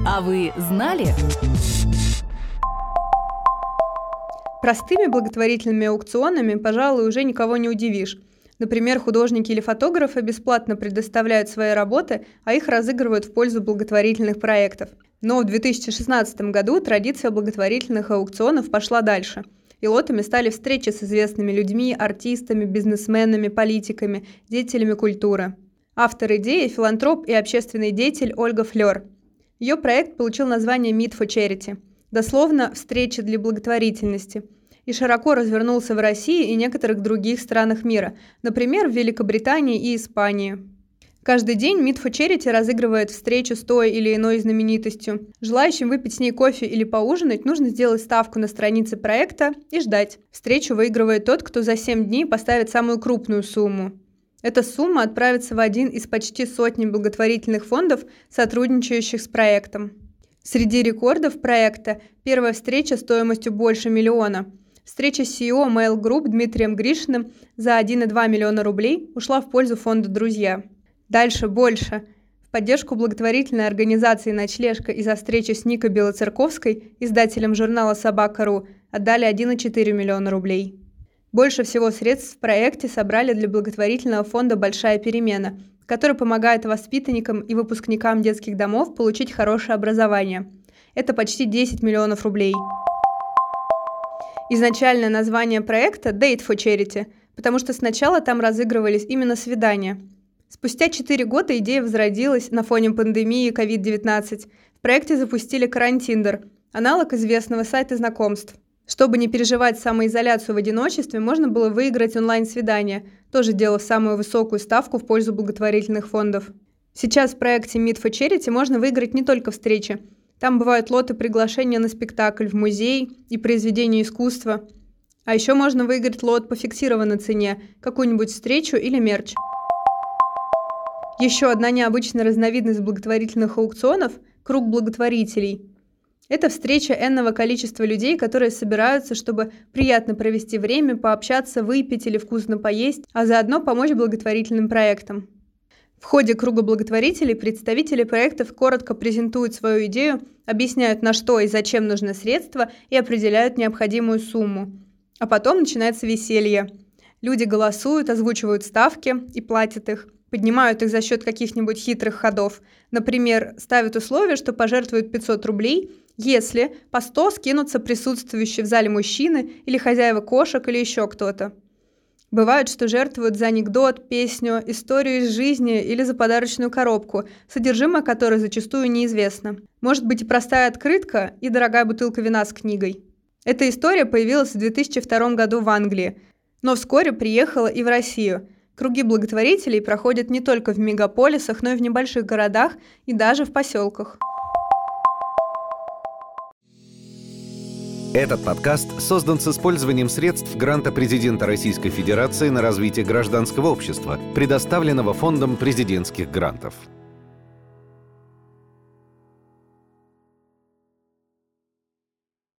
А вы знали? Простыми благотворительными аукционами, пожалуй, уже никого не удивишь. Например, художники или фотографы бесплатно предоставляют свои работы, а их разыгрывают в пользу благотворительных проектов. Но в 2016 году традиция благотворительных аукционов пошла дальше. И лотами стали встречи с известными людьми, артистами, бизнесменами, политиками, деятелями культуры. Автор идеи – филантроп и общественный деятель Ольга Флёр. Ее проект получил название Meet for Charity, дословно «встречи для благотворительности», и широко развернулся в России и некоторых других странах мира, например, в Великобритании и Испании. Каждый день Meet for Charity разыгрывает встречу с той или иной знаменитостью. Желающим выпить с ней кофе или поужинать нужно сделать ставку на странице проекта и ждать. Встречу выигрывает тот, кто за 7 дней поставит самую крупную сумму. Эта сумма отправится в один из почти сотни благотворительных фондов, сотрудничающих с проектом. Среди рекордов проекта – первая встреча стоимостью больше $1 миллиона. Встреча с CEO Mail Group Дмитрием Гришиным за 1,2 миллиона рублей ушла в пользу фонда «Друзья». Дальше больше. В поддержку благотворительной организации «Ночлежка» и за встречу с Никой Белоцерковской, издателем журнала «Собака.ру», отдали 1,4 миллиона рублей. Больше всего средств в проекте собрали для благотворительного фонда «Большая перемена», который помогает воспитанникам и выпускникам детских домов получить хорошее образование. Это почти 10 миллионов рублей. Изначальное название проекта – Date for Charity, потому что сначала там разыгрывались именно свидания. Спустя 4 года идея возродилась на фоне пандемии COVID-19. В проекте запустили Карантиндер, аналог известного сайта знакомств. Чтобы не переживать самоизоляцию в одиночестве, можно было выиграть онлайн-свидание, тоже делав самую высокую ставку в пользу благотворительных фондов. Сейчас в проекте Meet for Charity можно выиграть не только встречи. Там бывают лоты приглашения на спектакль, в музей и произведение искусства. А еще можно выиграть лот по фиксированной цене, какую-нибудь встречу или мерч. Еще одна необычная разновидность благотворительных аукционов – круг благотворителей. Это встреча энного количества людей, которые собираются, чтобы приятно провести время, пообщаться, выпить или вкусно поесть, а заодно помочь благотворительным проектам. В ходе круга благотворителей представители проектов коротко презентуют свою идею, объясняют, на что и зачем нужны средства и определяют необходимую сумму. А потом начинается веселье. Люди голосуют, озвучивают ставки и платят их. Поднимают их за счет каких-нибудь хитрых ходов. Например, ставят условие, что пожертвуют 500 рублей, если по 100 скинутся присутствующие в зале мужчины или хозяева кошек или еще кто-то. Бывает, что жертвуют за анекдот, песню, историю из жизни или за подарочную коробку, содержимое которой зачастую неизвестно. Может быть и простая открытка, и дорогая бутылка вина с книгой. Эта история появилась в 2002 году в Англии, но вскоре приехала и в Россию. Круги благотворителей проходят не только в мегаполисах, но и в небольших городах и даже в поселках. Этот подкаст создан с использованием средств гранта президента Российской Федерации на развитие гражданского общества, предоставленного Фондом президентских грантов.